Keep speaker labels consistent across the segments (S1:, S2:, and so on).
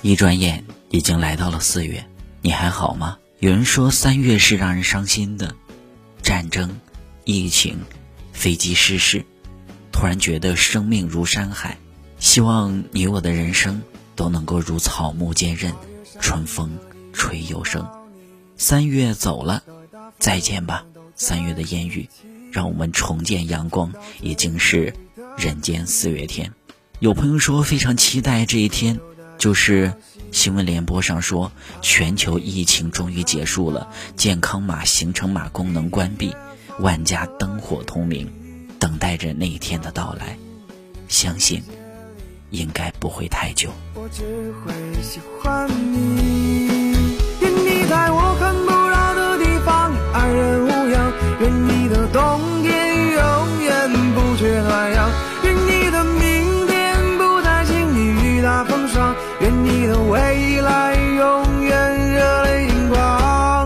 S1: 一转眼已经来到了4月，你还好吗？有人说3月是让人伤心的，战争、疫情、飞机失事，突然觉得生命如山海，希望你我的人生都能够如草木坚韧，春风吹又生。3月走了，再见吧。3月的烟雨，让我们重见阳光，已经是人间4月天。有朋友说非常期待这一天，就是新闻联播上说全球疫情终于结束了，健康码、行程码功能关闭，万家灯火通明，等待着那一天的到来。相信应该不会太久。
S2: 我只会喜欢你，愿你在我看不到的地方安然无恙，愿你的冬天永远不缺暖阳，愿你的明天不再经历雨打风霜，愿你的未来永远热泪盈光。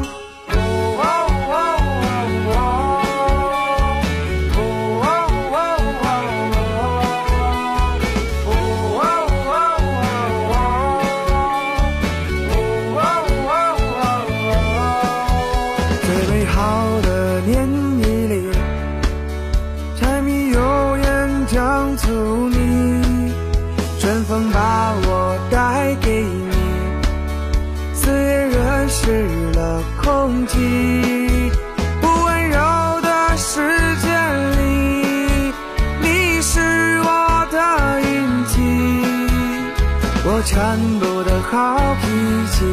S2: 最美好的年日里，柴米油盐酱醋米，春风把我带给你，4月润湿了空气，不温柔的世界里，你是我的运气，我全部的好脾气，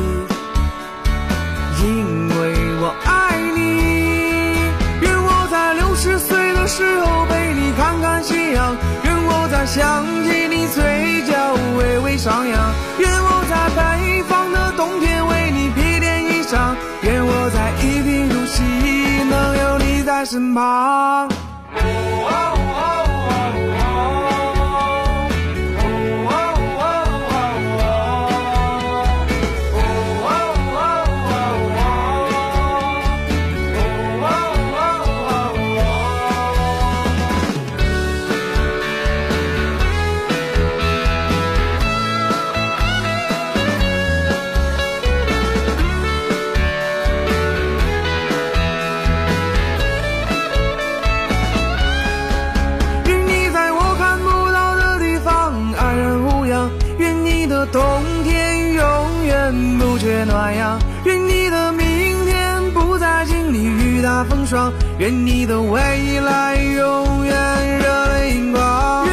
S2: 因为我爱你。愿我在60岁的时候陪你看看夕阳，愿我在想起你嘴角微微上扬，愿我在北方的冬天为你披件衣裳，愿我在一贫如洗能有你在身旁。冬天永远不缺暖阳，愿你的明天不再经历雨打风霜，愿你的未来永远热泪盈光。